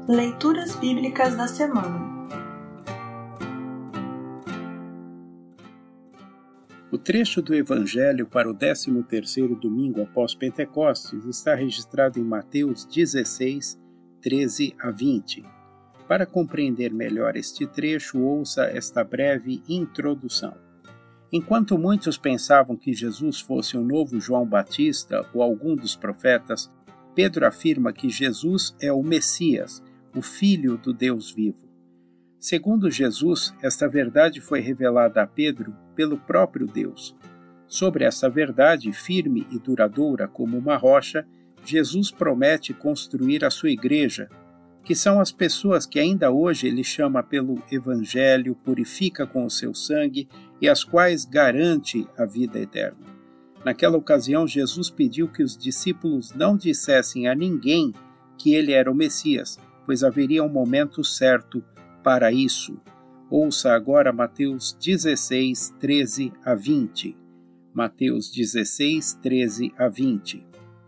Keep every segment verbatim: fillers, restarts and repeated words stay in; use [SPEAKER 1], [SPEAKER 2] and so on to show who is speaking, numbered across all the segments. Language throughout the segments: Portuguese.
[SPEAKER 1] Leituras Bíblicas da Semana.
[SPEAKER 2] O trecho do Evangelho para o décimo terceiro domingo após Pentecostes está registrado em Mateus dezesseis, treze a vinte. Para compreender melhor este trecho, ouça esta breve introdução. Enquanto muitos pensavam que Jesus fosse o novo João Batista ou algum dos profetas, Pedro afirma que Jesus é o Messias, o Filho do Deus vivo. Segundo Jesus, esta verdade foi revelada a Pedro pelo próprio Deus. Sobre essa verdade, firme e duradoura como uma rocha, Jesus promete construir a sua igreja, que são as pessoas que ainda hoje ele chama pelo Evangelho, purifica com o seu sangue e as quais garante a vida eterna. Naquela ocasião, Jesus pediu que os discípulos não dissessem a ninguém que ele era o Messias, pois haveria um momento certo para isso. Ouça agora Mateus dezesseis, treze a vinte. Mateus dezesseis, treze a vinte.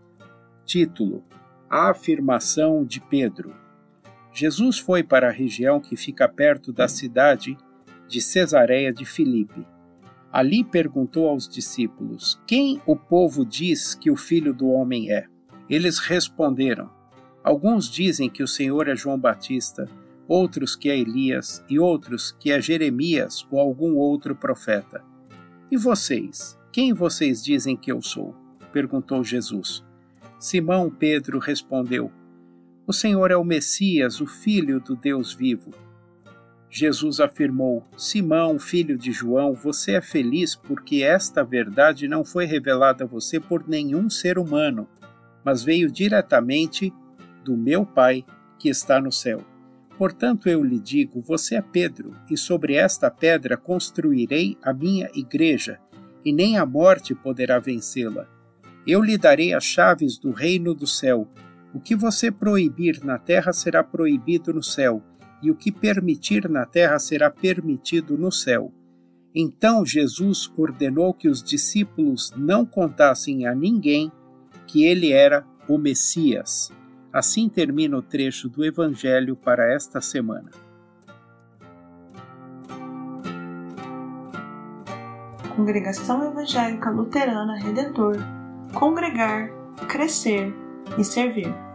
[SPEAKER 2] Título: A afirmação de Pedro. Jesus foi para a região que fica perto da cidade de Cesareia de Filipe. Ali perguntou aos discípulos: Quem o povo diz que o Filho do Homem é? Eles responderam: Alguns dizem que o Senhor é João Batista, outros que é Elias e outros que é Jeremias ou algum outro profeta. E vocês? Quem vocês dizem que eu sou? Perguntou Jesus. Simão Pedro respondeu: O Senhor é o Messias, o Filho do Deus vivo. Jesus afirmou: Simão, filho de João, você é feliz porque esta verdade não foi revelada a você por nenhum ser humano, mas veio diretamente do meu Pai que está no céu. Portanto, eu lhe digo, você é Pedro, e sobre esta pedra construirei a minha igreja, e nem a morte poderá vencê-la. Eu lhe darei as chaves do reino do céu. O que você proibir na terra será proibido no céu, e o que permitir na terra será permitido no céu. Então Jesus ordenou que os discípulos não contassem a ninguém que ele era o Messias. Assim termina o trecho do Evangelho para esta semana.
[SPEAKER 1] Congregação Evangélica Luterana Redentor. Congregar, crescer e servir.